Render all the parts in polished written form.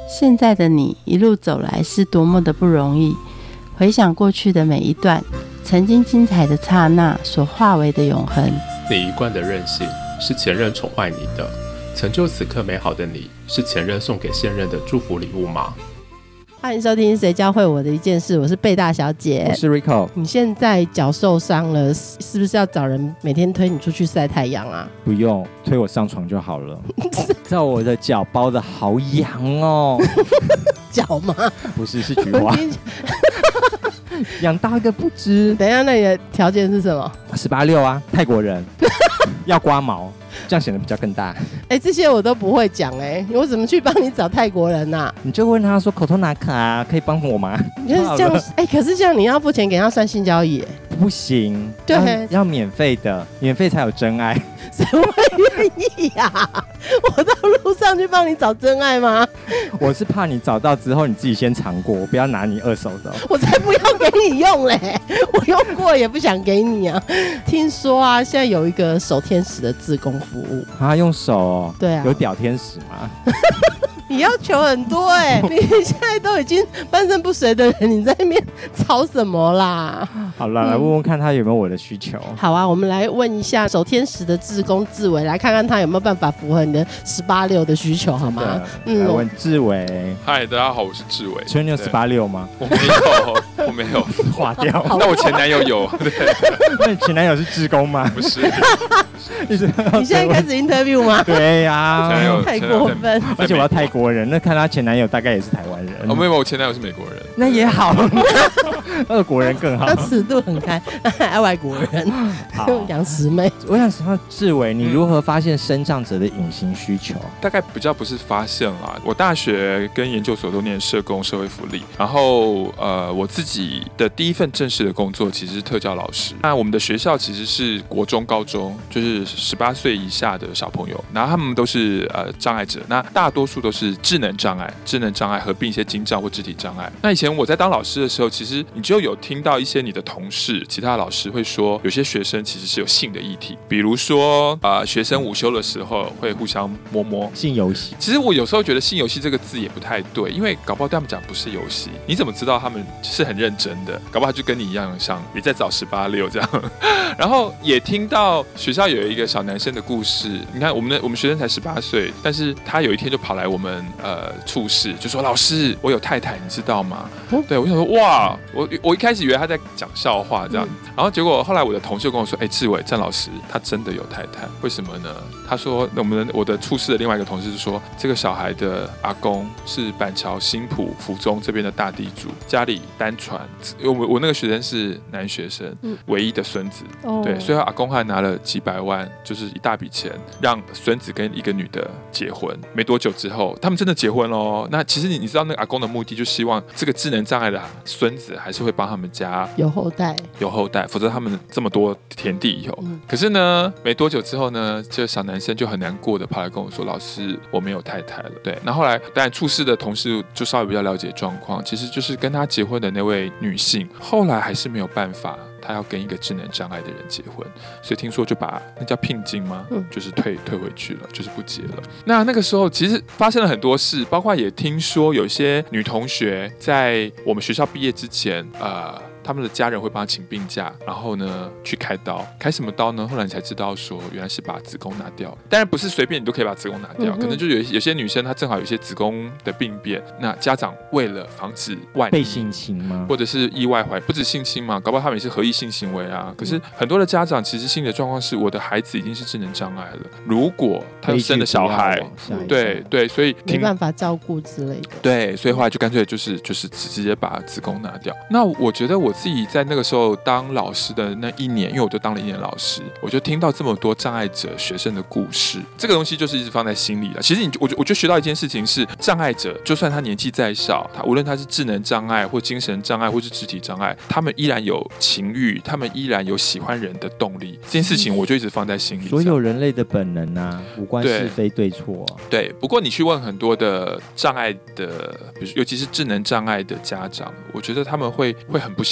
现在的你一路走来是多么的不容易，回想过去的每一段，曾经精彩的刹那所化为的永恒。 你一贯的任性是前任宠坏你的，成就此刻美好的你是前任送给现任的祝福礼物吗？ 欢迎收听谁教会我的一件事，我是贝大小姐， 我是 Rico。 你现在脚受伤了，是不是要找人每天推你出去晒太阳啊？ 不用推我上床就好了。知道我的脚包的好痒哦。 脚吗？ 不是，是菊花。痒到一个不知。 等一下，那你的条件是什么 ？186啊，泰国人。要刮毛，这样显得比较更大。 这些我都不会讲我怎么去帮你找泰国人啊？ 你就问他说口头拿卡啊，可以帮我吗？ 就是这样可是这样你要付钱给他算性交易不行， 对， 要免费的，免费才有真爱。 谁会愿意呀？我到路上去帮你找真爱吗？ 我是怕你找到之后你自己先尝过，我不要拿你二手的。 我才不要给你用嘞，我用过也不想给你啊。听说啊，现在有一个手天使的志工服务啊，用手哦？ 对啊， 有屌天使吗？ 你要求很多你现在都已经半身不遂的人，你在那边吵什么啦？ 好了，来问问看他有没有我的需求。 好啊，我们来问一下手天使的志工志伟，来看看他有没有办法符合你的186的需求，好吗？ 来问志伟。 嗨，大家好，我是志伟。 所以你有186吗？ 我没有，我没有， 划掉。 那我前男友有。对， 那你前男友是志工吗？ 不是。 你现在开始 interview 吗？ 对呀， 太过分。 而且我要泰国人，那看他前男友大概也是台湾人。 没有，我前男友是美国人。 那也好。俄国人更好。 他尺度很开，还爱外国人。杨石妹， 我想知道志伟，你如何发现身障者的隐形需求？ 大概比较不是发现啦，我大学跟研究所都念社工社会福利，然后我自己的第一份正式的工作其实是特教老师。那我们的学校其实是国中高中，就是18岁以下的小朋友，然后他们都是障碍者，那大多数都是智能障碍合并一些精障或肢体障碍。那以前我在当老师的时候，其实你就有听到一些你的同事其他的老师会说，有些学生其实是有性的议题，比如说学生午休的时候会互相摸性游戏。 其实我有时候觉得性游戏这个字也不太对，因为搞不好对他们讲不是游戏，你怎么知道他们是很认真的？搞不好就跟你一样，像也在找186这样。然后也听到学校有一个小男生的故事，你看我们学生才18岁，但是他有一天就跑来我们处室，就说老师，我有太太，你知道吗？对，我想说哇，我一开始以为他在讲笑话这样，然后结果后来我的同事跟我说，志伟詹老师他真的有太太，为什么呢？他说我的处室的另外一个同事就说，这个小孩的阿公是板桥新埔府中这边的大地主，家里单传，我那个学生是男学生，唯一的孙子，对，所以他阿公还拿了几百万，就是一大笔钱，让孙子跟一个女的结婚。没多久之后，他们真的结婚咯。那其实你知道那个阿公的目的，就希望这个智能障碍的孙子还是会帮他们家有后代， 否则他们这么多田地有。可是呢，没多久之后呢，这个小男生就很难过的跑来跟我说，老师，我没有太太了。对，那后来当然处室的同事就稍微比较了解状况，其实就是跟他结婚的那位女性，后来还是没有办法，他要跟一个智能障碍的人结婚，所以听说就把那叫聘金吗？就是退回去了，就是不结了。那个时候其实发生了很多事，包括也听说有些女同学在我们学校毕业之前，他们的家人会帮他请病假，然后呢去开刀，开什么刀呢？后来你才知道说，原来是把子宫拿掉。当然不是随便你都可以把子宫拿掉，可能就有些女生她正好有些子宫的病变，那家长为了防止万一被性侵吗？ 或者是意外怀，不止性侵嘛，搞不好他们也是合意性行为啊。可是很多的家长其实心里的状况是，我的孩子已经是智能障碍了，如果他又生了小孩，对，所以没办法照顾之类的， 对，所以后来就干脆就是直接把子宫拿掉。那我觉得我自己在那个时候当老师的那1年，因为我就当了1年老师，我就听到这么多障碍者学生的故事，这个东西就是一直放在心里了。其实我就学到一件事情是，障碍者就算他年纪再少，无论他是智能障碍或精神障碍或是肢体障碍，他们依然有情欲，他们依然有喜欢人的动力。这件事情我就一直放在心里。 所有人类的本能啊，无关是非对错对，不过你去问很多的障碍的，比如尤其是智能障碍的家长，我觉得他们会很不习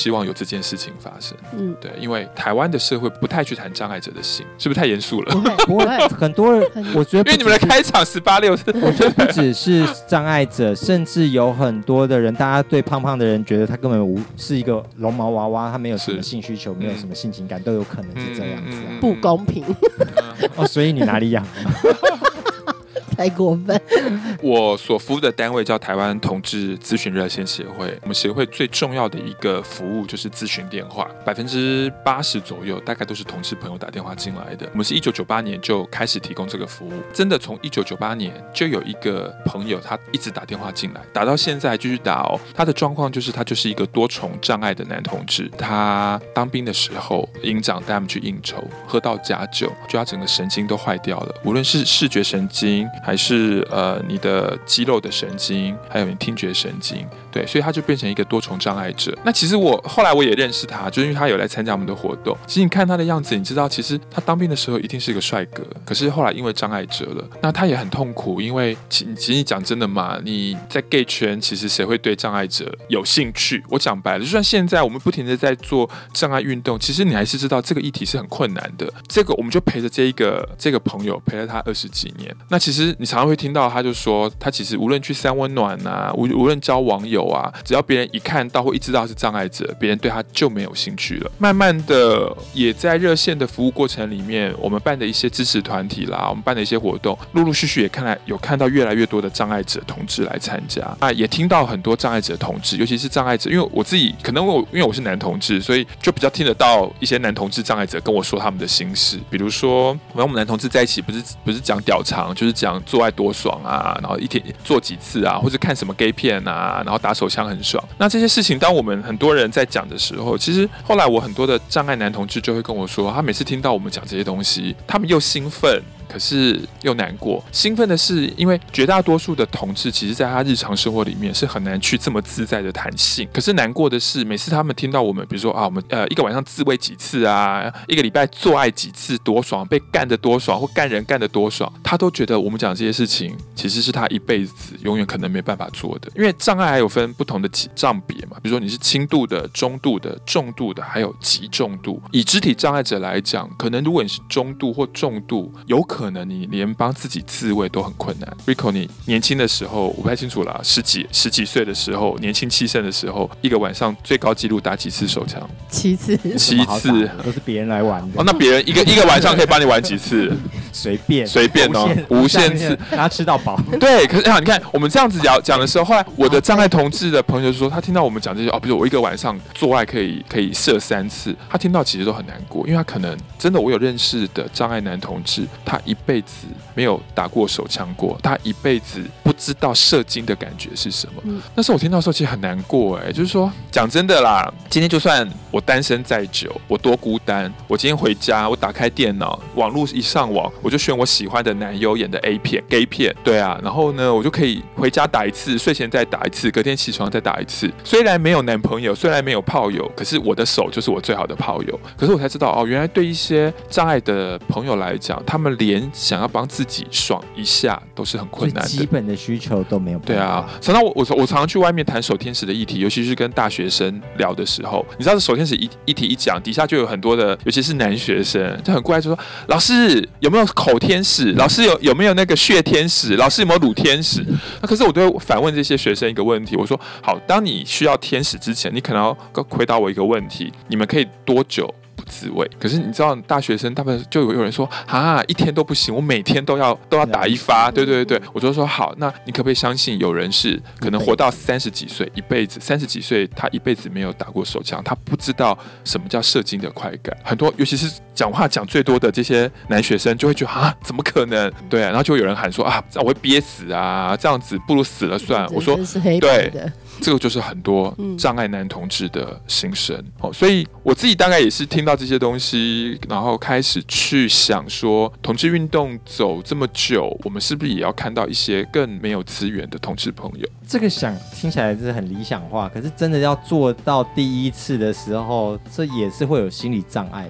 希望有这件事情发生。对，因为台湾的社会不太去谈障碍者的性，是不是太严肃了？ 不会，很多人，我觉得因为你们的开场18/6是， 我觉得不只是障碍者，甚至有很多的人，大家对胖胖的人觉得他根本是一个绒毛娃娃，他没有什么性需求，没有什么性情感，都有可能是这样子啊。 不公平。 所以你哪里痒？ 太过分。 我所服务的单位叫台湾同志咨询热线协会，我们协会最重要的一个服务就是咨询电话，80%左右大概都是同志朋友打电话进来的。我们是1998年就开始提供这个服务，真的从1998年就有一个朋友他一直打电话进来，打到现在还继续打哦。他的状况就是他就是一个多重障碍的男同志，他当兵的时候营长带他们去应酬，喝到假酒，就他整个神经都坏掉了，无论是视觉神经还是你的肌肉的神经，还有你听觉神经，对，所以他就变成一个多重障碍者。那其实后来我也认识他，就是因为他有来参加我们的活动。其实你看他的样子，你知道其实他当兵的时候一定是一个帅哥，可是后来因为障碍者了，那他也很痛苦，因为其实你讲真的嘛，你在 gay 圈其实谁会对障碍者有兴趣？我讲白了，就算现在我们不停的在做障碍运动，其实你还是知道这个议题是很困难的。这个我们就陪着这个朋友陪了他20几年。那其实你常常会听到他就说，他其实无论去三温暖啊，无论交网友啊，只要别人一看到或一知道是障碍者，别人对他就没有兴趣了。慢慢的，也在热线的服务过程里面，我们办的一些支持团体啦，我们办的一些活动，陆陆续续也看到越来越多的障碍者同志来参加。也听到很多障碍者同志，尤其是障碍者，因为我自己可能因为我是男同志，所以就比较听得到一些男同志障碍者跟我说他们的心事。比如说，我们男同志在一起不是讲屌长，就是讲做爱多爽啊，然后一天做几次啊，或者看什么 gay 片啊，然后打手枪很爽。那这些事情，当我们很多人在讲的时候，其实后来我很多的障碍男同志就会跟我说，他每次听到我们讲这些东西，他们又兴奋，可是又难过。兴奋的是，因为绝大多数的同志其实在他日常生活里面是很难去这么自在的谈性。可是难过的是，每次他们听到我们，比如说我们一个晚上自慰几次啊，一个礼拜做爱几次多爽，被干得多爽，或干人干得多爽，他都觉得我们讲这些事情其实是他一辈子永远可能没办法做的。因为障碍还有分不同的障别嘛，比如说你是轻度的、中度的、重度的，还有极重度。以肢体障碍者来讲，可能如果你是中度或重度，有可能你连帮自己自慰都很困难。 Rico 你年轻的时候我不太清楚啦，十几岁的时候，年轻气盛的时候，一个晚上最高纪录打几次手枪？7次都是别人来玩的。 那别人一个晚上可以帮你玩几次？ 随便哦，无限次， 让他吃到饱。 对，可是你看我们这样子讲的时候，后来我的障碍同志的朋友就说，他听到我们讲这些比如我一个晚上做爱可以射3次，他听到其实都很难过，因为他可能真的我有认识的障碍男同志，他一辈子没有打过手枪过，他一辈子不知道射精的感觉是什么。那时候我听到的时候其实很难过，就是说讲真的啦，今天就算我单身再久，我多孤单，我今天回家，我打开电脑，网络一上网，我就选我喜欢的男优演的 A 片 gay 片，对啊，然后呢我就可以回家打一次，睡前再打一次，隔天起床再打一次。虽然没有男朋友，虽然没有炮友，可是我的手就是我最好的炮友。可是我才知道原来对一些障碍的朋友来讲，他们连想要帮自己爽一下都是很困难的， 基本的需求都没有办法。 对啊，常常我常常去外面谈手天使的议题，尤其是跟大学生聊的时候，你知道手天使议题一讲，底下就有很多的，尤其是男学生就很过来就说，老师有没有口天使？老师有没有那个血天使？老师有没有乳天使？那可是我都会反问这些学生一个问题，我说好，当你需要天使之前，你可能要回答我一个问题，你们可以多久不自慰？可是你知道大学生他们就有人说一天都不行，我每天都要打一发。对，我就说好，那你可不可以相信有人是可能活到30几岁，一辈子30几岁，他一辈子没有打过手枪，他不知道什么叫射精的快感。很多尤其是讲话讲最多的这些男学生就会觉得怎么可能？对啊，然后就有人喊说这样我会憋死啊，这样子不如死了算。我说对，这个就是很多障碍男同志的心声。所以我自己大概也是听到这些东西，然后开始去想说，同志运动走这么久，我们是不是也要看到一些更没有资源的同志朋友？ 这个听起来是很理想化，可是真的要做到第一次的时候，这也是会有心理障碍吧？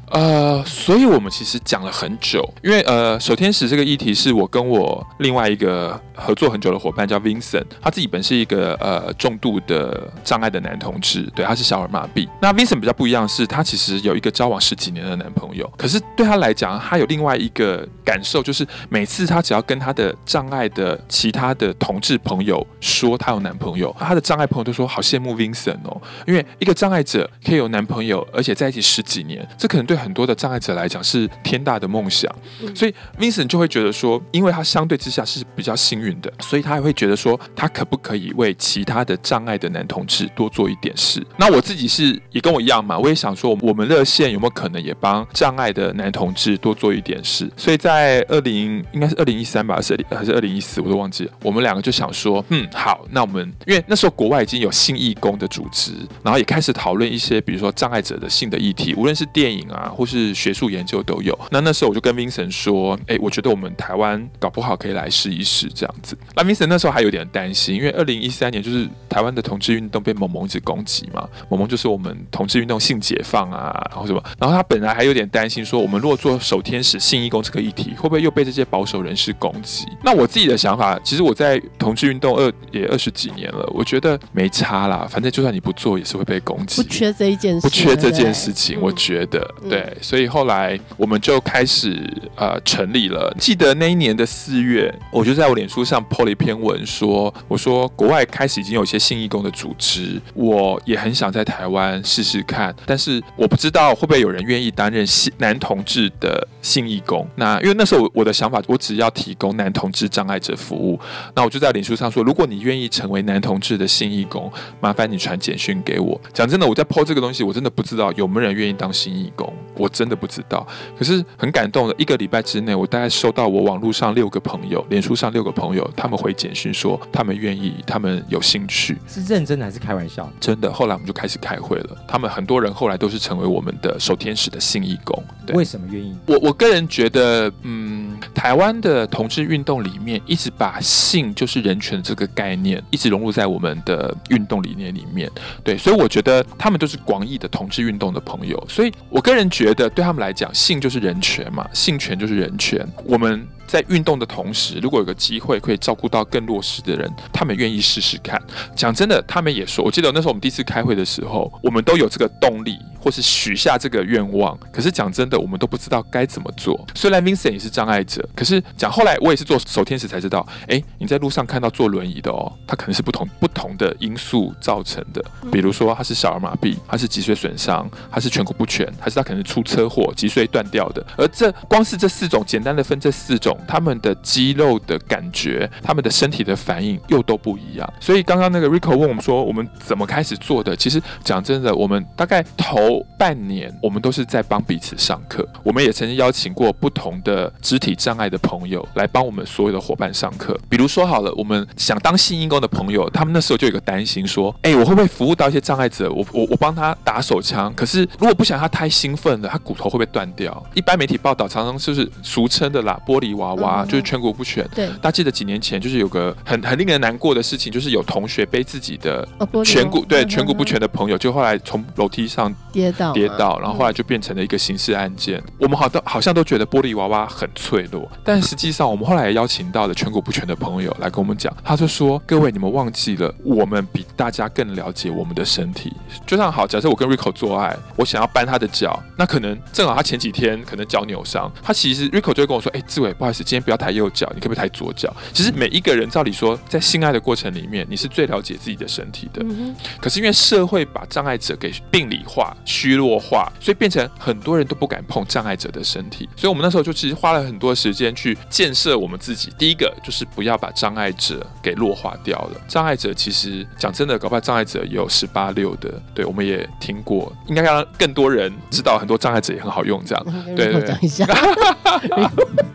所以我们其实讲了很久，因为守天使这个议题是我跟我另外一个合作很久的伙伴叫 Vincent， 他自己本是一个重度的障碍的男同志，对，他是小儿麻痹。那 Vincent 比较不一样的是，他其实有一个交往10几年的男朋友，可是对他来讲，他有另外一个感受，就是每次他只要跟他的障碍的其他的同志朋友说他有男朋友，他的障碍朋友都说好羡慕 Vincent 哦，因为一个障碍者可以有男朋友，而且在一起10几年，这可能对很多的障碍者来讲是天大的梦想。所以 Vincent 就会觉得说，因为他相对之下是比较幸运的，所以他也会觉得说，他可不可以为其他的障碍的男同志多做一点事。那我自己是也跟我一样嘛，我也想说，我们热线有没有可能也帮障碍的男同志多做一点事？所以在应该是2013吧，还是2014，我都忘记了。我们两个就想说，好，那我们因为那时候国外已经有性义工的组织，然后也开始讨论一些比如说障碍者的性的议题，无论是电影啊或是学术研究都有。那时候我就跟 Vincent 说，我觉得我们台湾搞不好可以来试一试这样子。那 Vincent 那时候还有点担心，因为2013年就是台湾的同志运动被萌萌一直攻击嘛，萌萌就是我们同志运动性解放啊，然后什么，然后他本来还有点担心说，我们如果做守天使性义工这个议题，会不会又被这些保守人士攻击？那我自己的想法，其实我在同志运动也20几年了，我觉得没差啦，反正就算你不做也是会被攻击， 不缺这一件事， 不缺这件事情，我觉得对，所以后来我们就开始成立了。记得那一年的4月，我就在我脸书上 po 了一篇文说，我说国外开始已经有一些性义工的组织，我也很想在台湾试试看，但是我不知道会不会有人愿意担任男同志的性义工。那因为那时候我的想法，我只要提供男同志障碍者服务，那我就在脸书上说，如果你愿意成为男同志的性义工，麻烦你传简讯给我。讲真的，我在 po 这个东西，我真的不知道有没有人愿意当性义工，我真的不知道。可是很感动的，1个礼拜之内，我大概收到我网络上6个朋友，脸书上6个朋友，他们回简讯说他们愿意，他们有兴趣。 是认真的还是开玩笑？ 真的。后来我们就开始开会了，他们很多人后来都是成为我们的守天使的性义工。 为什么愿意？ 我个人觉得，台湾的同志运动里面一直把性就是人权这个概念一直融入在我们的运动理念里面，对，所以我觉得他们都是广义的同志运动的朋友，所以我个人觉得对他们来讲，性就是人权嘛，性权就是人权，我们在运动的同时，如果有个机会可以照顾到更弱势的人，他们愿意试试看。讲真的，他们也说，我记得那时候我们第一次开会的时候，我们都有这个动力，或是许下这个愿望。可是讲真的，我们都不知道该怎么做。虽然 Vincent 也是障碍者，可是后来我也是做守天使才知道，你在路上看到坐轮椅的哦，他可能是不同的因素造成的。比如说他是小儿麻痹，他是脊髓损伤，他是颧骨不全，还是他可能出车祸脊髓断掉的。而光是这4种，简单的分这4种。他们的肌肉的感觉，他们的身体的反应又都不一样。所以刚刚那个 Rico 问我们说，我们怎么开始做的？其实讲真的，我们大概头半年，我们都是在帮彼此上课。我们也曾经邀请过不同的肢体障碍的朋友来帮我们所有的伙伴上课。比如说好了，我们想当性义工的朋友，他们那时候就有一个担心说，我会不会服务到一些障碍者？我帮他打手枪，可是如果不想他太兴奋了，他骨头会不会断掉？一般媒体报道常常就是俗称的啦，玻璃娃娃，就是颧骨不全。 对， 大家记得几年前就是有个很令人难过的事情，就是有同学背自己的颧骨不全的朋友，就后来从楼梯上跌倒，然后后来就变成了一个刑事案件。我们好像都觉得玻璃娃娃很脆弱，但实际上我们后来也邀请到了颧骨不全的朋友来跟我们讲，他就说：各位，你们忘记了，我们比大家更了解我们的身体。就像好，假设我跟 Rico 做爱，我想要扳他的脚，那可能正好他前几天可能脚扭伤，他其实 Rico 就会跟我说：志伟，不好意思，今天不要抬右脚，你可不可以抬左脚？其实每一个人照理说，在性爱的过程里面，你是最了解自己的身体的。可是因为社会把障碍者给病理化、虚弱化，所以变成很多人都不敢碰障碍者的身体。所以我们那时候就其实花了很多时间去建设我们自己。第一个就是不要把障碍者给弱化掉了。障碍者其实讲真的，搞不好障碍者也有18/6的，对，我们也听过，应该让更多人知道很多障碍者也很好用，这样。对， 讲一下。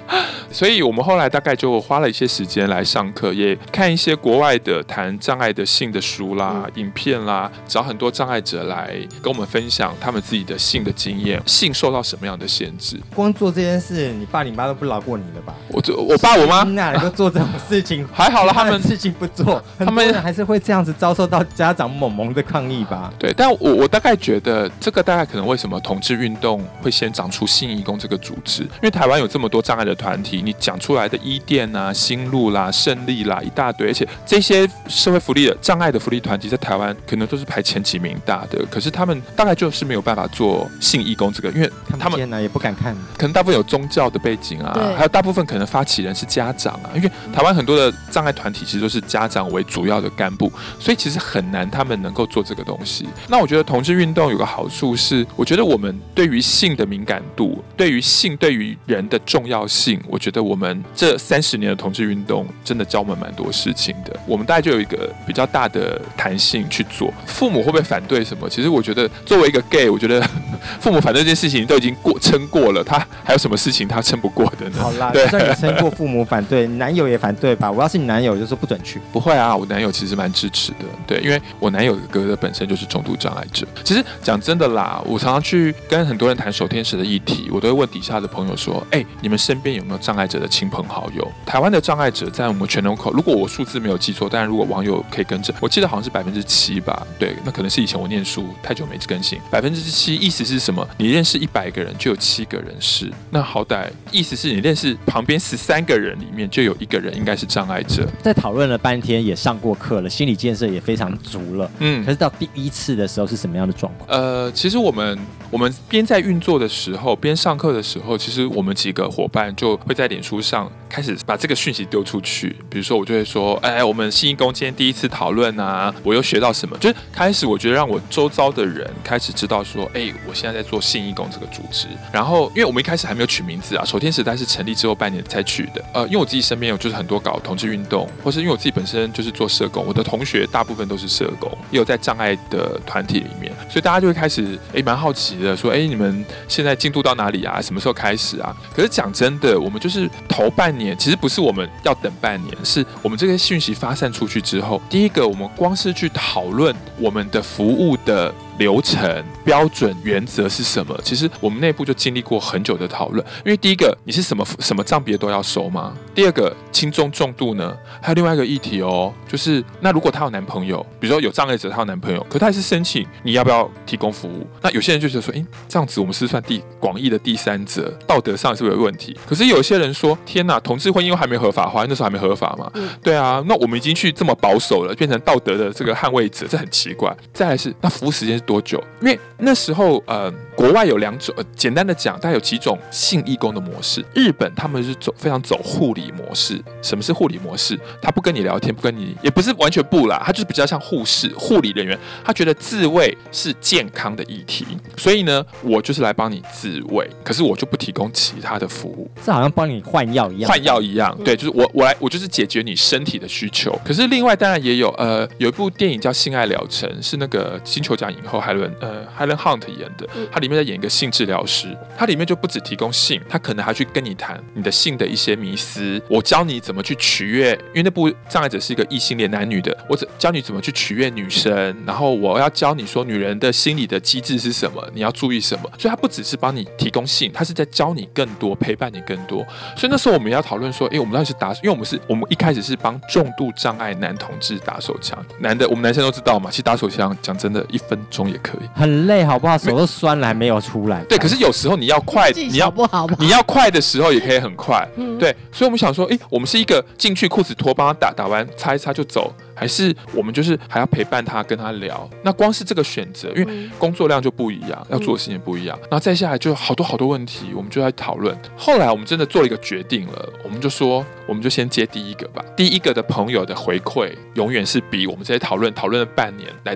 所以我们后来大概就花了一些时间来上课，也看一些国外的谈障碍的性的书啦、影片啦，找很多障碍者来跟我们分享他们自己的性的经验，性受到什么样的限制。 光做这件事，你爸你妈都不饶过你了吧？ 我爸我妈那你就做这种事情， 还好了，他们事情不做，他们还是会这样子遭受到家长猛猛的抗议吧？ 对，但我大概觉得这个大概可能为什么同志运动会先长出性义工这个组织，因为台湾有这么多障碍的团体，你讲出来的伊甸啊、新路啦、胜利啦一大堆，而且这些社会福利的障碍的福利团体在台湾可能都是排前几名大的，可是他们大概就是没有办法做性义工这个，因为他们也不敢看， 可能大部分有宗教的背景啊，还有大部分可能发起人是家长啊，因为台湾很多的障碍团体其实都是家长为主要的干部，所以其实很难他们能够做这个东西。那我觉得同志运动有个好处是，我觉得我们对于性的敏感度，对于性对于人的重要性，我觉得我们这30年的同志运动真的教我们蛮多事情的。我们大概就有一个比较大的弹性去做。父母会不会反对什么？其实我觉得作为一个 gay， 我觉得父母反对这件事情都已经撑过了，他还有什么事情他撑不过的呢？ 好啦，就算你撑过父母反对，男友也反对吧？我要是你男友，就说不准去。 不会啊，我男友其实蛮支持的，对，因为我男友的哥哥本身就是重度障碍者。其实讲真的啦，我常常去跟很多人谈守天使的议题，我都会问底下的朋友说，你们身边有没有障碍者的亲朋好友？台湾的障碍者在我们全人口，如果我数字没有记错，当然如果网友可以更正，我记得好像是7%吧，对，那可能是以前我念书太久没更新。7%意思是什么？你认识100个人就有7个人是，那好歹意思是你认识旁边13个人里面就有1个人应该是障碍者。 在讨论了半天，也上过课了，心理建设也非常足了。可是到第1次的时候是什么样的状况？ 其实我们边在运作的时候，边上课的时候，其实我们几个伙伴就会在脸书上开始把这个讯息丢出去。比如说，我就会说，我们性义工今天第1次讨论啊，我又学到什么？就是开始，我觉得让我周遭的人开始知道说，我现在在做性义工这个组织。然后，因为我们一开始还没有取名字啊，守天时代是成立之后半年才取的。因为我自己身边有就是很多搞同志运动，或是因为我自己本身就是做社工，我的同学大部分都是社工，也有在障碍的团体里面，所以大家就会开始蛮好奇的说，你们现在进度到哪里啊？什么时候开始啊？可是讲真的，我们就是头半年，其实不是我们要等半年，是我们这个讯息发散出去之后，第一个我们光是去讨论我们的服务的流程、标准、原则是什么？其实我们内部就经历过很久的讨论。因为第一个，你是什么障别都要收吗？第二个，轻重重度呢？还有另外一个议题哦，就是那如果她有男朋友，比如说有障碍者她有男朋友，可她还是申请，你要不要提供服务？那有些人就觉得说，这样子我们是算广义的第三者，道德上是不是有问题？可是有些人说，天哪，同志婚姻又还没合法化，那时候还没合法嘛？对啊，那我们已经去这么保守了，变成道德的这个捍卫者，这很奇怪。再来是，那服务时间是多久？因为那时候国外有2种，简单的讲，大概有几种性义工的模式。日本他们是非常走护理模式。什么是护理模式？他不跟你聊天，不跟你，也不是完全不啦，他就是比较像护士、护理人员。他觉得自慰是健康的议题，所以呢，我就是来帮你自慰，可是我就不提供其他的服务。 这好像帮你换药一样。 对，就是我就是解决你身体的需求。可是另外当然也有有一部电影叫《性爱疗程》，是那个金球奖影后Helen Hunt 演的，他里面在演一个性治疗师，他里面就不只提供性，他可能还去跟你谈你的性的一些迷思，我教你怎么去取悦，因为那部障碍者是一个异性恋男女的，我教你怎么去取悦女生，然后我要教你说女人的心理的机制是什么，你要注意什么，所以他不只是帮你提供性，他是在教你更多，陪伴你更多。所以那时候我们要讨论说，我们到底是因为我们一开始是帮重度障碍男同志打手枪，我们男生都知道嘛，其实打手枪讲真的1分钟也可以， 很累好不好？手都酸了还没有出来。 对，可是有时候你要快，你要快的时候也可以很快。对，所以我们想说，我们是一个进去裤子脱，帮他打完擦一擦就走，还是我们就是还要陪伴他，跟他聊？那光是这个选择，因为工作量就不一样，要做的事情也不一样，然后再下来就好多问题，我们就在讨论。后来我们真的做了一个决定了，我们就说，我们就先接第一个吧。第一个的朋友的回馈，永远是比我们这些讨论了半年来的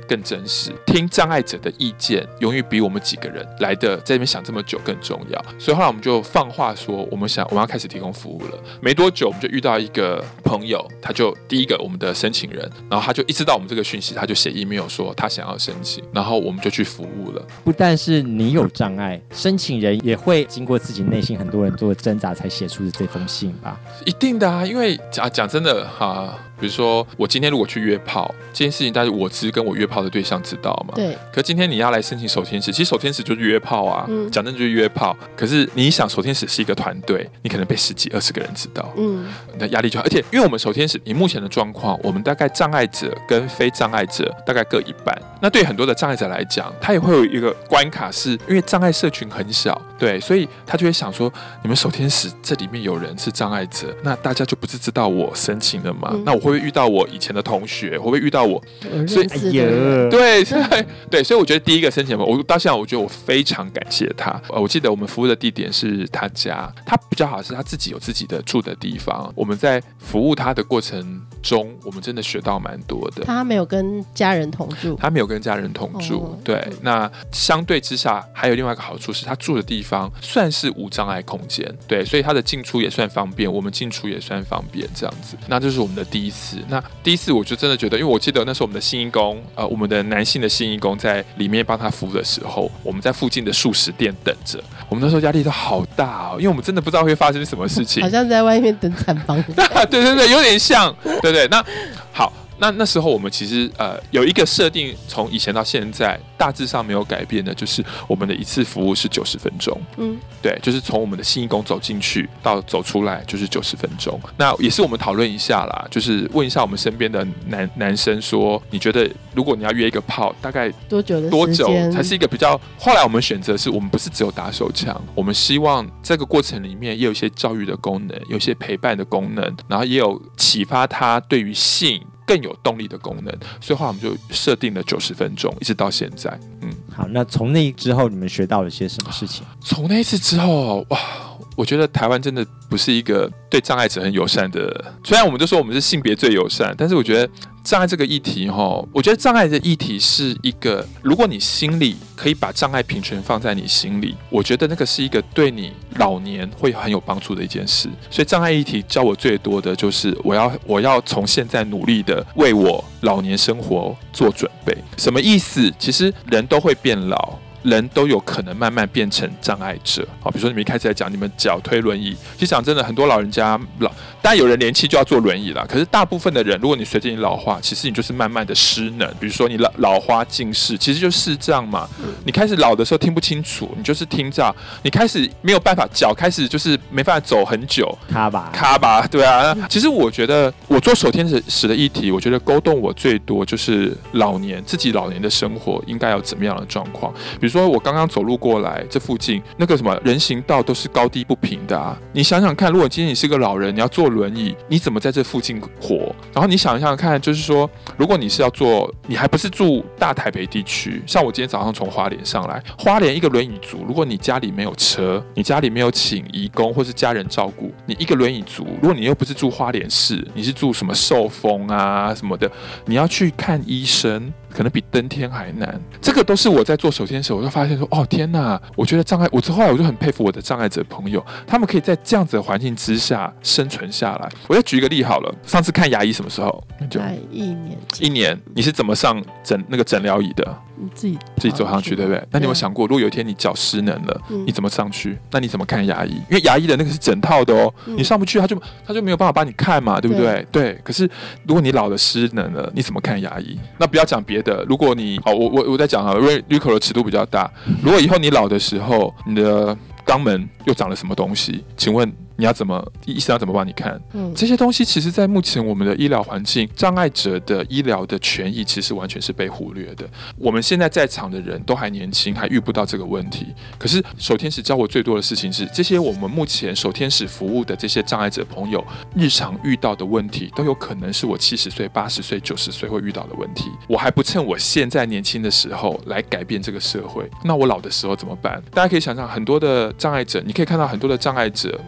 更真实，听障碍者的意见永远比我们几个人来的在这边想这么久更重要。所以后来我们就放话说，我们要开始提供服务了。没多久我们就遇到一个朋友，他就第一个我们的申请人，然后他就一知道我们这个讯息，他就写 email 说他想要申请，然后我们就去服务了。 不但是你有障碍，申请人也会经过自己内心很多人做挣扎才写出的这封信吧？ 一定的啊，因为讲真的哈，比如说我今天如果去约炮这件事情，但是我只跟我约炮的对象知道嘛。 对。 可今天你要来申请守天使，其实守天使就是约炮啊，讲真就是约炮。可是你想，守天使是一个团队，你可能被10几20个人知道，你的压力就好。而且因为我们守天使，以目前的状况，我们大概障碍者跟非障碍者大概各一半。那对很多的障碍者来讲，他也会有一个关卡，是因为障碍社群很小，对，所以他就会想说，你们守天使这里面有人是障碍者，那大家就不是知道我申请了嘛？那我会不会遇到我以前的同学？会不会遇到我？所以对，所以我觉得第一个申请，我到现在我觉得我非常感谢他。我记得我们服务的地点是他家，他比较好是他自己有自己的住的地方。我们在服务他的过程中，我们真的学到蛮多的。 他没有跟家人同住， 对。那相对之下，还有另外一个好处是，他住的地方算是无障碍空间，对，所以他的进出也算方便，我们进出也算方便，这样子。那这是我们的第一次。那第一次我就真的觉得，因为我记得那时候我们的信义工，我们的男性的信义工在里面帮他服务的时候，我们在附近的素食店等着。我们那时候压力都好大哦，因为我们真的不知道会发生什么事情， 好像在外面等产房。 对，有点像，对。那好。那时候我们其实有一个设定，从以前到现在大致上没有改变的，就是我们的一次服务是90分钟。对，就是从我们的信义宫走进去到走出来就是90分钟。那也是我们讨论一下啦，就是问一下我们身边的男生说，你觉得如果你要约一个炮，大概多久才是一个比较？后来我们选择是我们不是只有打手枪，我们希望这个过程里面也有一些教育的功能，有一些陪伴的功能，然后也有启发他对于性更有动力的功能，所以后来我们就设定了90分钟，一直到现在。 好，那从那之后你们学到了些什么事情？ 从那一次之后，哇，我觉得台湾真的不是一个对障碍者很友善的，虽然我们都说我们是性别最友善，但是我觉得障碍这个议题我觉得障碍的议题是一个，如果你心里可以把障碍平权放在你心里，我觉得那个是一个对你老年会很有帮助的一件事。所以障碍议题教我最多的就是我要从现在努力的为我老年生活做准备。什么意思？其实人都会变老，人都有可能慢慢变成障碍者。比如说你们一开始在讲你们脚推轮椅，其实讲真的，很多老人家当然有人年轻就要坐轮椅啦，可是大部分的人，如果你随着你老化，其实你就是慢慢的失能。比如说你老花近视，其实就是视障嘛。你开始老的时候听不清楚，你就是听障。你开始没有办法，脚开始就是没办法走很久，卡吧，对啊。其实我觉得我做守天使的议题，我觉得勾动我最多就是自己老年的生活应该有怎么样的状况。比如说我刚刚走路过来，这附近那个什么人行道都是高低不平的啊。你想想看，如果今天你是个老人，你要坐轮椅，你怎么在这附近活？然后你想想看，就是说，如果你是要你还不是住大台北地区，像我今天早上从花莲上来，花莲一个轮椅族，如果你家里没有车，你家里没有请移工或是家人照顾，你一个轮椅族，如果你又不是住花莲市，你是住什么寿丰啊什么的，你要去看医生，可能比登天还难。这个都是我在做守天使，我就发现说，哦天哪！我觉得后来我就很佩服我的障碍者朋友，他们可以在这样子的环境之下生存下来。我再举一个例好了，上次看牙医什么时候？一年。你是怎么上那个诊疗椅的？ 自己走上去，对不对？那你有想过，如果有一天你脚失能了，你怎么上去？那你怎么看牙医？因为牙医的那个是整套的哦，你上不去，他就没有办法帮你看嘛，对不对？对。可是如果你老了失能了，你怎么看牙医？那不要讲别的，如果你我在讲因为Rico的尺度比较大，如果以后你老的时候，你的肛门又长了什么东西？请问医生要怎么帮你看？这些东西其实在目前我们的医疗环境，障碍者的医疗的权益其实完全是被忽略的。我们现在在场的人都还年轻，还遇不到这个问题。可是守天使教我最多的事情是，这些我们目前守天使服务的这些障碍者朋友日常遇到的问题，都有可能是我70岁、80岁、90岁会遇到的问题。我还不趁我现在年轻的时候来改变这个社会，那我老的时候怎么办？大家可以想象，很多的障碍者，你可以看到很多的障碍者朋友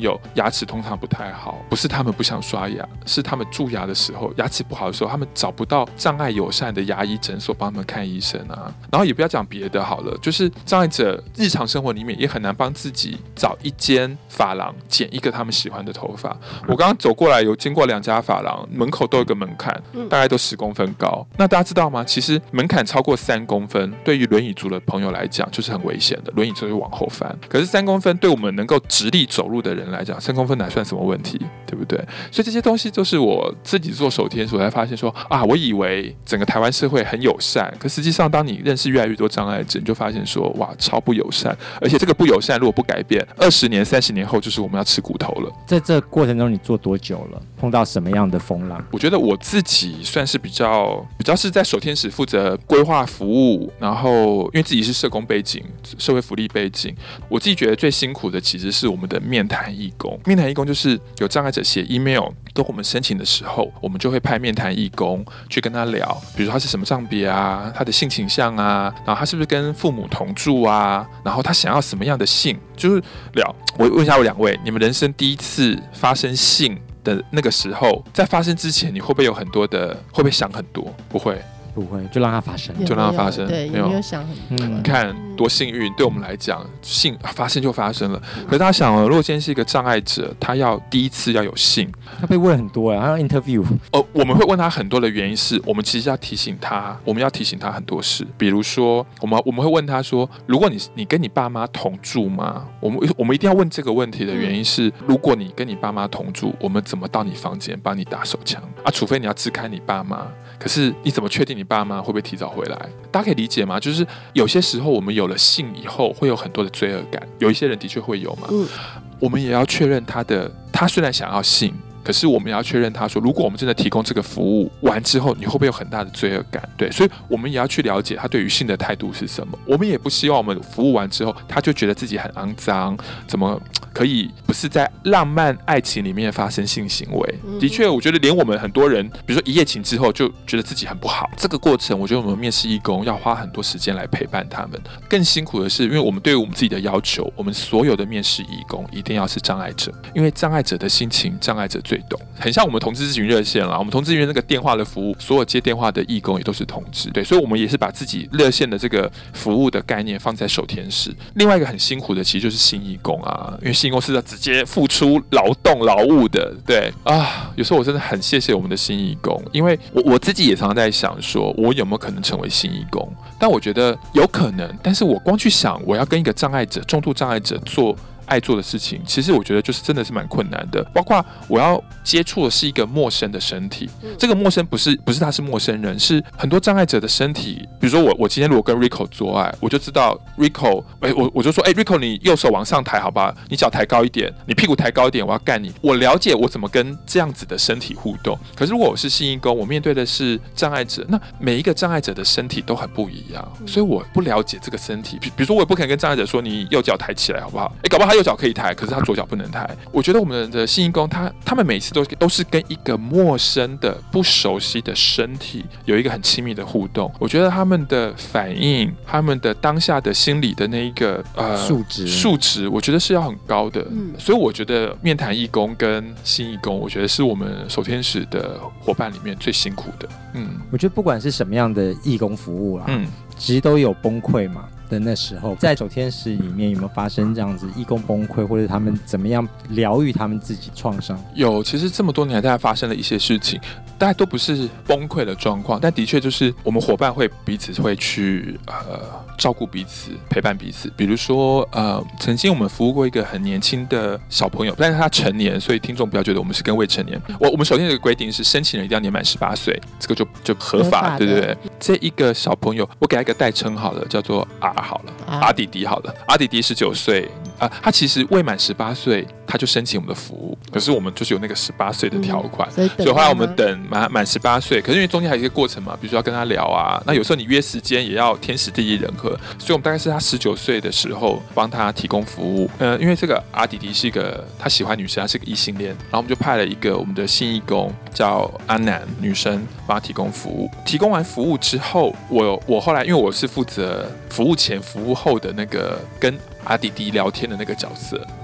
友牙齿通常不太好，不是他们不想刷牙，是他们蛀牙的时候牙齿不好的时候，他们找不到障碍友善的牙医诊所帮他们看医生啊。然后也不要讲别的好了，就是障碍者日常生活里面也很难帮自己找一间发廊剪一个他们喜欢的头发。我刚刚走过来有经过2家发廊，门口都有一个门槛，大概都10公分高。那大家知道吗？其实门槛超过3公分，对于轮椅族的朋友来讲就是很危险的，轮椅就会往后翻。可是3公分对我们能够直立走路的人来讲，3公分哪算什么问题，对不对？所以这些东西都是我自己做手天所才发现说啊，我以为整个台湾社会很友善，可实际上当你认识越来越多障碍者，你就发现说哇，超不友善。而且这个不友善如果不改变，20年、30年后就是我们要吃骨头了。 在这过程中你做多久了？碰到什么样的风浪？ 我觉得我自己算是比较是在手天使负责规划服务，然后因为自己是社工背景、社会福利背景，我自己觉得最辛苦的其实是我们的面谈义工。面谈义工就是有障碍者写 email 跟我们申请的时候，我们就会派面谈义工去跟他聊，比如说他是什么障别啊，他的性倾向啊，然后他是不是跟父母同住啊，然后他想要什么样的性，就是聊。我问一下我2位，你们人生第一次发生性的那个时候，在发生之前，你会不会有很多的，会不会想很多？不会。 不会，就让它发生， 就让它发生。 对，也没有想很多。 你看多幸运，对我们来讲，性发生就发生了。可是大家想了，如果今天是一个障碍者，他要第一次要有性， 他被问很多，他要 interview。 我们会问他很多的原因是，我们其实要提醒他，很多事。比如说，我们会问他说，如果你跟你爸妈同住吗？我们一定要问这个问题的原因是，如果你跟你爸妈同住，我们怎么到你房间帮你打手枪啊？除非你要支开你爸妈。可是你怎么确定你爸妈会不会提早回来？大家可以理解吗？就是有些时候我们有了性以后会有很多的罪恶感，有一些人的确会有嘛。我们也要确认他虽然想要性，可是我们也要确认他说，如果我们真的提供这个服务完之后，你会不会有很大的罪恶感？对，所以我们也要去了解他对于性的态度是什么。我们也不希望我们服务完之后，他就觉得自己很肮脏，怎么可以不是在浪漫爱情里面发生性行为？的确，我觉得连我们很多人，比如说一夜情之后就觉得自己很不好，这个过程，我觉得我们面试义工要花很多时间来陪伴他们。更辛苦的是，因为我们对于我们自己的要求，我们所有的面试义工一定要是障碍者，因为障碍者的心情，障碍者最懂。很像我们同志咨询热线啦，我们同志咨询那个电话的服务，所有接电话的义工也都是同志，对，所以我们也是把自己热线的这个服务的概念放在手天使。另外一个很辛苦的，其实就是新义工啊，因为新义工是要直接付出劳动劳务的，对啊，有时候我真的很谢谢我们的新义工，因为我自己也常常在想说，我有没有可能成为新义工？但我觉得有可能，但是我光去想我要跟一个障碍者、重度障碍者做爱做的事情，其实我觉得就是真的是蛮困难的。包括我要接触的是一个陌生的身体，这个陌生不是他是陌生人，是很多障碍者的身体。比如说我今天如果跟 Rico 做爱，我就知道 Rico， 我就说Rico 你右手往上抬好吧，你脚抬高一点，你屁股抬高一点，我要干你。我了解我怎么跟这样子的身体互动。可是如果我是性义工，我面对的是障碍者，那每一个障碍者的身体都很不一样，所以我不了解这个身体。比如说我也不可能跟障碍者说你右脚抬起来好不好？搞不好他右脚可以抬，可是他左脚不能抬。我觉得我们的性义工他们每次都是跟一个陌生的不熟悉的身体有一个很亲密的互动。我觉得他们的反应，他们的当下的心理的那一个数值，我觉得是要很高的。所以我觉得面谈义工跟性义工，我觉得是我们手天使的伙伴里面最辛苦的。 我觉得不管是什么样的义工服务啦，其实都有崩溃嘛。的那时候，在手天使里面有没有发生这样子义工崩溃，或者他们怎么样疗愈他们自己创伤？有， 其实这么多年来大概发生了一些事情，大概都不是崩溃的状况，但的确就是我们伙伴会彼此会去照顾彼此，陪伴彼此。比如说曾经我们服务过一个很年轻的小朋友，但是他成年，所以听众不要觉得我们是跟未成年。我们首先有一个规定是，申请人一定要年满18岁，这个就合法，对不对？这一个小朋友，我给他一个代称好了，叫做好了，阿弟弟好了，阿弟弟19岁他其实未满18岁他就申请我们的服务，可是我们就是有那个18岁的条款，所以后来我们等满18岁，可是因为中间还有一个过程嘛，比如说要跟他聊啊，那有时候你约时间也要天时地利人和，所以我们大概是他19岁的时候帮他提供服务。因为这个阿弟弟是一个他喜欢女生，他是个异性恋，然后我们就派了一个我们的性义工叫阿南女生帮他提供服务。提供完服务之后，我后来因为我是负责服务前服务后的那个跟阿弟弟聊天的那个角色，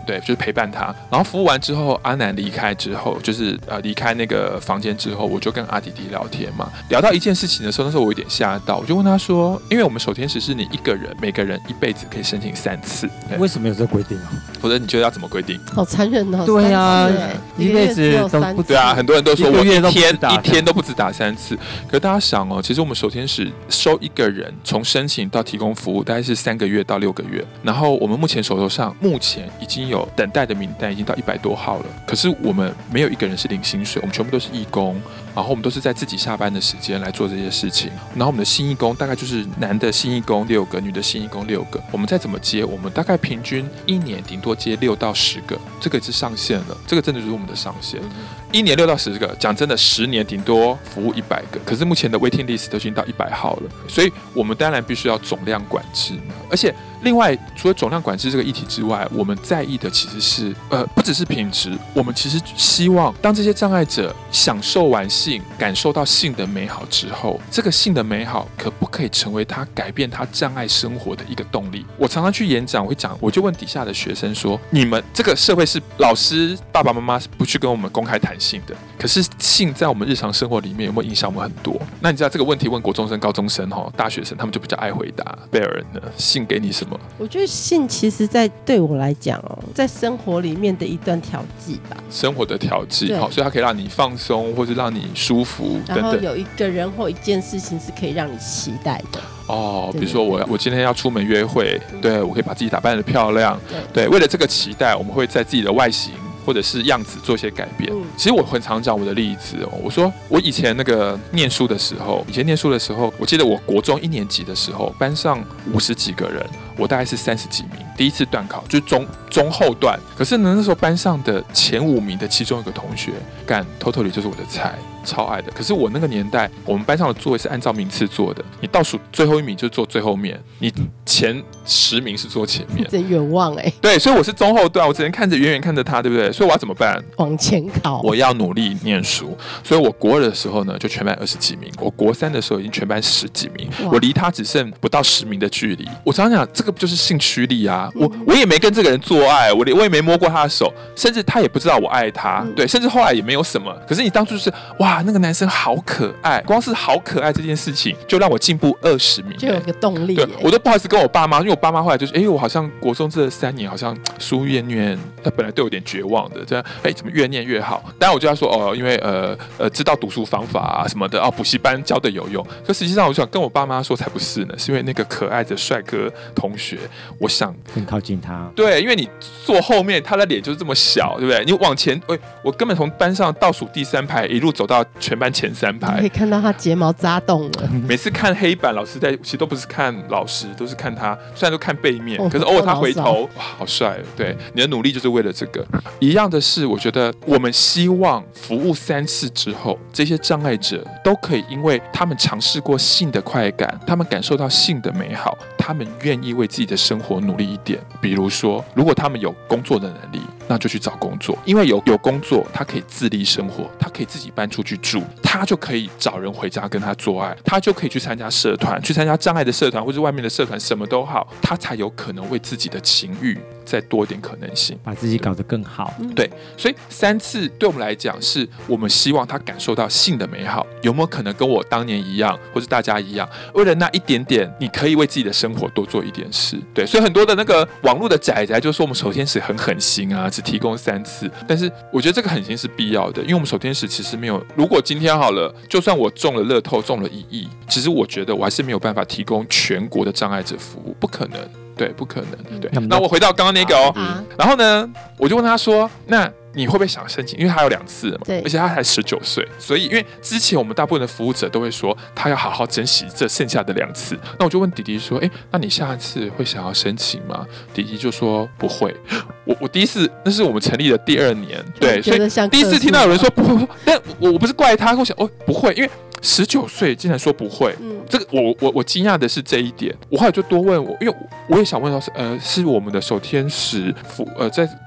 对，就是陪伴他。然后服务完之后，阿南离开之后，就是离开那个房间之后，我就跟阿弟弟聊天嘛，聊到一件事情的时候，那时候我有点吓到，我就问他说，因为我们守天使是你一个人，每个人一辈子可以申请3次， 为什么有这个规定啊？ 否则你觉得要怎么规定？ 好残忍哦！ 对啊， 一辈子都不对啊，很多人都说我一天都不止打3次。可是大家想哦，其实我们守天使收一个人，从申请到提供服务，大概是3个月到6个月。然后我们目前手头上目前已经有等待的名单，已经到100多号了。可是我们没有一个人是领薪水，我们全部都是义工。然后我们都是在自己下班的时间来做这些事情。然后我们的新义工大概就是男的新义工6个，女的新义工6个。我们再怎么接，我们大概平均1年顶多接6到10个，这个是上限了。这个真的就是我们的上限。1年6到10个，讲真的，10年顶多服务100个。可是目前的 waiting list 都已经到100号了，所以我们当然必须要总量管制嘛。而且另外，除了总量管制这个议题之外，我们在意的其实是不只是品质，我们其实希望当这些障碍者享受完性，感受到性的美好之后，这个性的美好可不可以成为他改变他障碍生活的一个动力？我常常去演讲，我就问底下的学生说：你们这个社会是老师、爸爸妈妈不去跟我们公开谈性的，可是性在我们日常生活里面有没有影响我们很多？那你知道这个问题问国中生、高中生、大学生，他们就比较爱回答。贝尔呢？性给你什么？ 我觉得性其实对我来讲在生活里面的一段调剂吧， 生活的调剂，所以它可以让你放松，或者让你舒服等等。 然后有一个人或一件事情是可以让你期待的。 比如说我今天要出门约会，对，我可以把自己打扮得漂亮，对，为了这个期待，我们会在自己的外形或者是样子做一些改变。其实我很常讲我的例子我说我以前那个念书的时候，我记得我国中1年级的时候，班上50几个人，我大概是30几名，第一次段考就是中后段。可是呢，那时候班上的前5名的其中一个同学，totally 就是我的菜。超爱的。可是我那个年代，我们班上的座位是按照名次坐的，你倒数最后1名就坐最后面，你前10名是坐前面。 真远望对，所以我是中后段，我只能远远看着他，对不对？所以我要怎么办？ 往前考。 我要努力念书。所以我国2的时候呢，就全班20几名；我国3的时候已经全班10几名，我离他只剩不到10名的距离。我常常讲，这个不就是性驱力啊？我也没跟这个人做爱，我也没摸过他的手，甚至他也不知道我爱他，对，甚至后来也没有什么。可是你当初就是哇，那个男生好可爱，光是好可爱这件事情就让我进步20名， 就有个动力。 对，我都不好意思跟我爸妈，因为我爸妈后来就是我好像国中这3年好像书越念，他本来对我有点绝望的，这样怎么越念越好？当然我就要说因为知道读书方法啊什么的补习班教的有用。可实际上我想跟我爸妈说才不是呢，是因为那个可爱的帅哥同学，我想更靠近他。 对，因为你坐后面，他的脸就是这么小，对不对？你往前，我根本从班上倒数第3排一路走到全班前3排， 你可以看到他睫毛扎动了。 每次看黑板，老师其实都不是看老师，都是看他，虽然都看背面，可是偶尔他回头，哇，好帅！对，你的努力就是为了这个。一样的是，我觉得我们希望服务3次之后，这些障碍者都可以因为他们尝试过性的快感，他们感受到性的美好，他们愿意为自己的生活努力一点。比如说，如果他们有工作的能力，那就去找工作，因为有工作，他可以自立生活，他可以自己搬出去住，他就可以找人回家跟他做爱，他就可以去参加社团，去参加障碍的社团或者外面的社团，什么都好，他才有可能为自己的情欲再多一点可能性， 把自己搞得更好。 对，所以3次对我们来讲，是我们希望他感受到性的美好。有没有可能跟我当年一样，或是大家一样，为了那一点点，你可以为自己的生活多做一点事？对，所以很多的那个网络的宅就说我们守天使很狠心啊，只提供3次。但是我觉得这个狠心是必要的，因为我们守天使其实没有，如果今天好了，就算我中了乐透中了1亿，其实我觉得我还是没有办法提供全国的障碍者服务，不可能。对，不可能。对，那我回到刚刚那个然后呢，我就问他说，那你会不会想申请？因为他有2次嘛，而且他才19岁，所以因为之前我们大部分的服务者都会说，他要好好珍惜这剩下的2次。那我就问弟弟说，那你下次会想要申请吗？弟弟就说不会。我第一次，那是我们成立的第2年，对，所以第一次听到有人说不会，但我不是怪他，我想不会，因为19岁竟然说不会，这个我惊讶的是这一点。我后来就多问因为我也想问到是我们的守天使在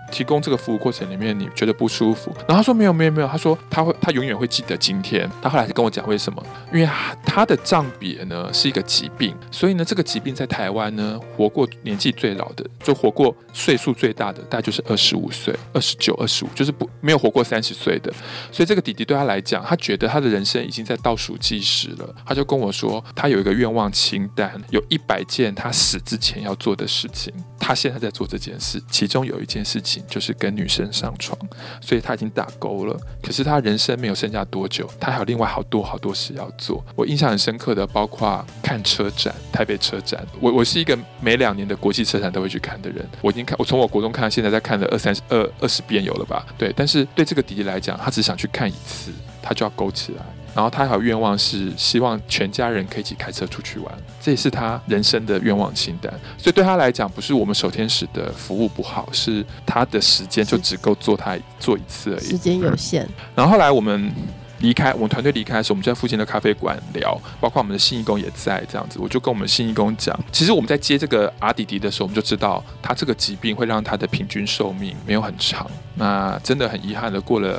提供这个服务过程里面你觉得不舒服？然后他说没有，他说他永远会记得今天。他后来跟我讲为什么，因为他的障别呢是一个疾病，所以呢这个疾病在台湾呢活过年纪最老的，就活过岁数最大的大概就是25岁、29、25，就是没有活过30岁的。所以这个弟弟对他来讲，他觉得他的人生已经在倒数计时了。他就跟我说，他有一个愿望清单，有100件他死之前要做的事情，他现在在做这件事，其中有一件事情就是跟女生上床，所以他已经打勾了。可是他人生没有剩下多久，他还有另外好多事要做。我印象很深刻的包括看车展，台北车展，我是一个每2年的国际车展都会去看的人。我从我国中看到现在，在看了20遍有了吧？对，但是对这个弟弟来讲，他只想去看1次，他就要勾起来。然后他还有愿望是希望全家人可以一起开车出去玩，这也是他人生的愿望清单。所以对他来讲，不是我们守天使的服务不好，是他的时间就只够做1次而已， 时间有限。 然后后来我们团队离开的时候，我们就在附近的咖啡馆聊，包括我们的信义工也在这样子。我就跟我们的信义工讲，其实我们在接这个阿弟弟的时候，我们就知道他这个疾病会让他的平均寿命没有很长。那真的很遗憾的，过了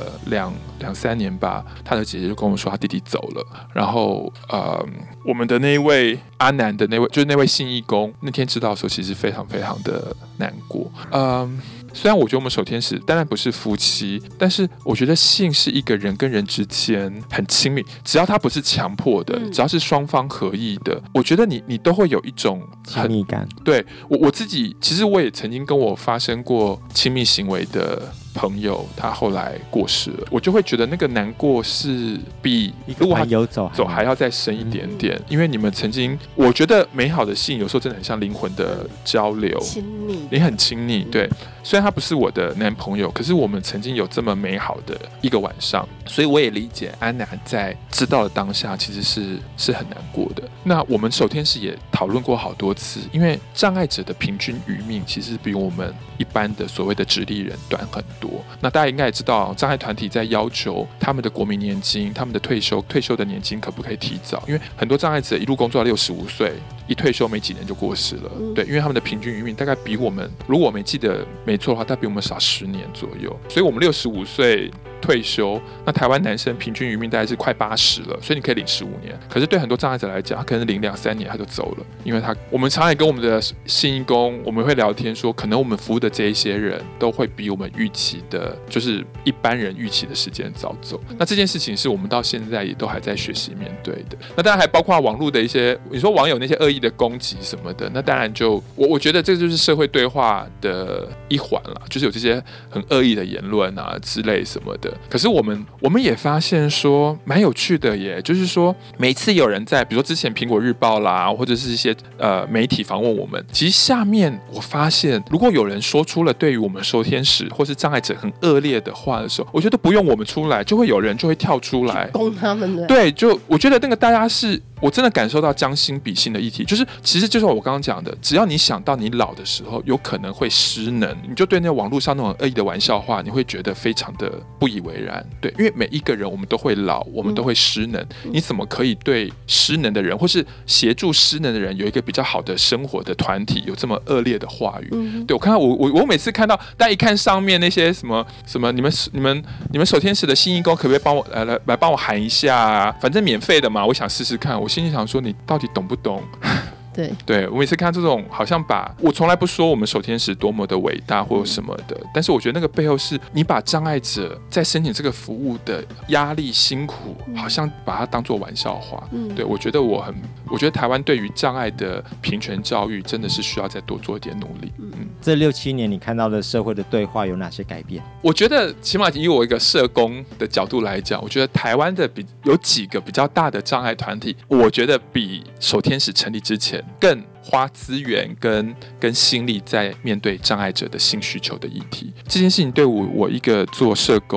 2-3年吧，他的姐姐就跟我们说他弟弟走了。然后我们的那一位阿南的就是那位信义工，那天知道的时候，其实非常非常的难过。虽然我觉得我们守天使当然不是夫妻，但是我觉得性是一个人跟人之间很亲密，只要他不是强迫的，只要是双方合意的，我觉得你都会有一种亲密感。 对，我自己其实我也曾经跟我发生过亲密行为的朋友，他后来过世了，我就会觉得那个难过是比如果他走还要再深一点点，因为你们曾经，我觉得美好的性有时候真的很像灵魂的交流， 亲密， 你很亲密，对。虽然他不是我的男朋友，可是我们曾经有这么美好的一个晚上，所以我也理解安南在知道的当下其实是很难过的。那我们守天使也讨论过好多次，因为障碍者的平均余命其实比我们一般的所谓的直立人短很多。那大家应该也知道，障碍团体在要求他们的国民年金、他们的退休的年金可不可以提早，因为很多障碍者一路工作到65岁，一退休没几年就过世了。对，因为他们的平均余命大概比我们，如果我没记得没错的话，大概比我们少10年左右。所以我们65岁退休，那台湾男生平均余命大概是快80了，所以你可以领15年。可是对很多障碍者来讲，他可能领2-3年他就走了，因为我们常常跟我们的信义工，我们会聊天说，可能我们服务的这一些人都会比我们预期的，就是一般人预期的时间早走。那这件事情是我们到现在也都还在学习面对的。那当然还包括网络的一些，你说网友那些恶意的攻击什么的，那当然就我觉得这就是社会对话的一环啦，就是有这些很恶意的言论啊之类什么的。可是我们也发现说蛮有趣的耶，就是说每次有人在比如说之前苹果日报啦，或者是一些媒体访问我们，其实下面我发现如果有人说出了对于我们守天使或是障碍者很恶劣的话的时候，我觉得不用我们出来，就会有人就会跳出来攻他们的。 对，就我觉得那个大家是。我真的感受到将心比心的议题，其实就是我刚刚讲的，只要你想到你老的时候有可能会失能，你就对那个网络上那种恶意的玩笑话，你会觉得非常的不以为然。对，因为每一个人我们都会老，我们都会失能，你怎么可以对失能的人或是协助失能的人有一个比较好的生活的团体有这么恶劣的话语？对，我看到我每次看到大家一看上面那些什么你们守天使的信义工可不可以帮我来帮我喊一下啊？反正免费的嘛，我想试试看。我心里想说，你到底懂不懂？对，我每次看这种，好像我从来不说我们守天使多么的伟大或者什么的，但是我觉得那个背后是你把障碍者在申请这个服务的压力、辛苦，好像把它当作玩笑话。对，我觉得台湾对于障碍的平权教育真的是需要再多做一点努力。 这6-7年你看到的社会的对话有哪些改变？ 我觉得起码以我一个社工的角度来讲，我觉得台湾的有几个比较大的障碍团体，我觉得比守天使成立之前更花资源跟心力在面对障碍者的性需求的议题。这件事情对我一个做社工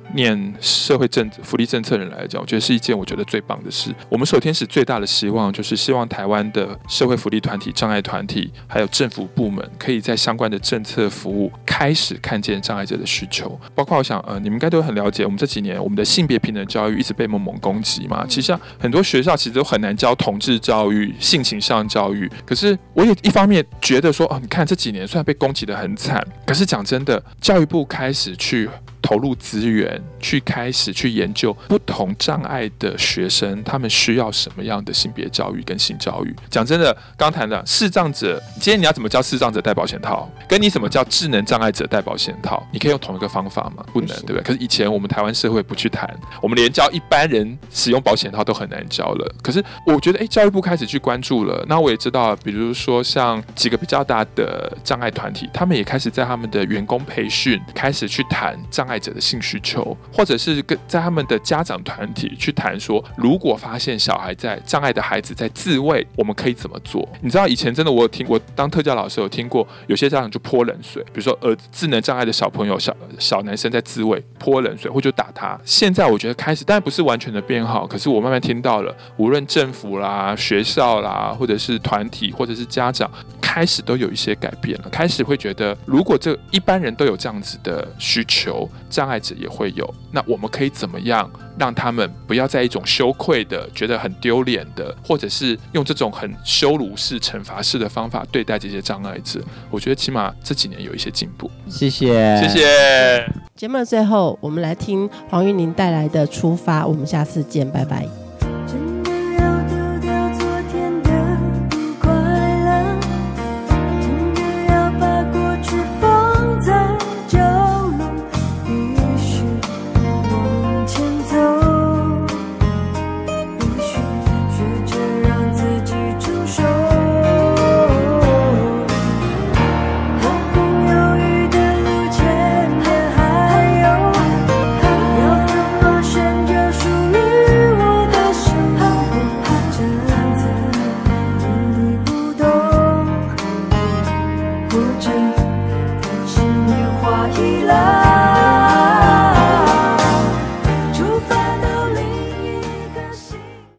念社会福利政策人来讲，我觉得是一件我觉得最棒的事。我们守天使最大的希望就是希望台湾的社会福利团体、障碍团体还有政府部门可以在相关的政策服务开始看见障碍者的需求。包括我想你们应该都很了解，我们这几年我们的性别平等教育一直被猛攻击嘛，其实很多学校其实都很难教同志教育、性倾向教育。可是我也一方面觉得说，你看这几年虽然被攻击得很惨，可是讲真的，教育部开始去投入资源，开始去研究不同障碍的学生他们需要什么样的性别教育跟性教育。讲真的，刚谈的视障者，今天你要怎么教视障者戴保险套，跟你怎么教智能障碍者戴保险套，你可以用同一个方法吗？不能，对不对？可是以前我们台湾社会不去谈，我们连教一般人使用保险套都很难教了。可是我觉得教育部开始去关注了，那我也知道，比如说像几个比较大的障碍团体，他们也开始在他们的员工培训开始去谈障碍者的性需求，或者是在他们的家长团体去谈说，如果发现小孩在障碍的孩子在自慰，我们可以怎么做？你知道以前真的我当特教老师有听过，有些家长就泼冷水，比如说智能障碍的小朋友小男生在自慰，泼冷水或者打他。现在我觉得开始，当然不是完全的变好，可是我慢慢听到了，无论政府啦、学校啦，或者是团体，或者是家长，开始都有一些改变了，开始会觉得，如果这一般人都有这样子的需求，障碍者也会有，那我们可以怎么样让他们不要在一种羞愧的、觉得很丢脸的，或者是用这种很羞辱式、惩罚式的方法对待这些障碍者？我觉得起码这几年有一些进步。 谢谢， 谢谢。 节目的最后，我们来听黄韵玲带来的《出发》，我们下次见，拜拜。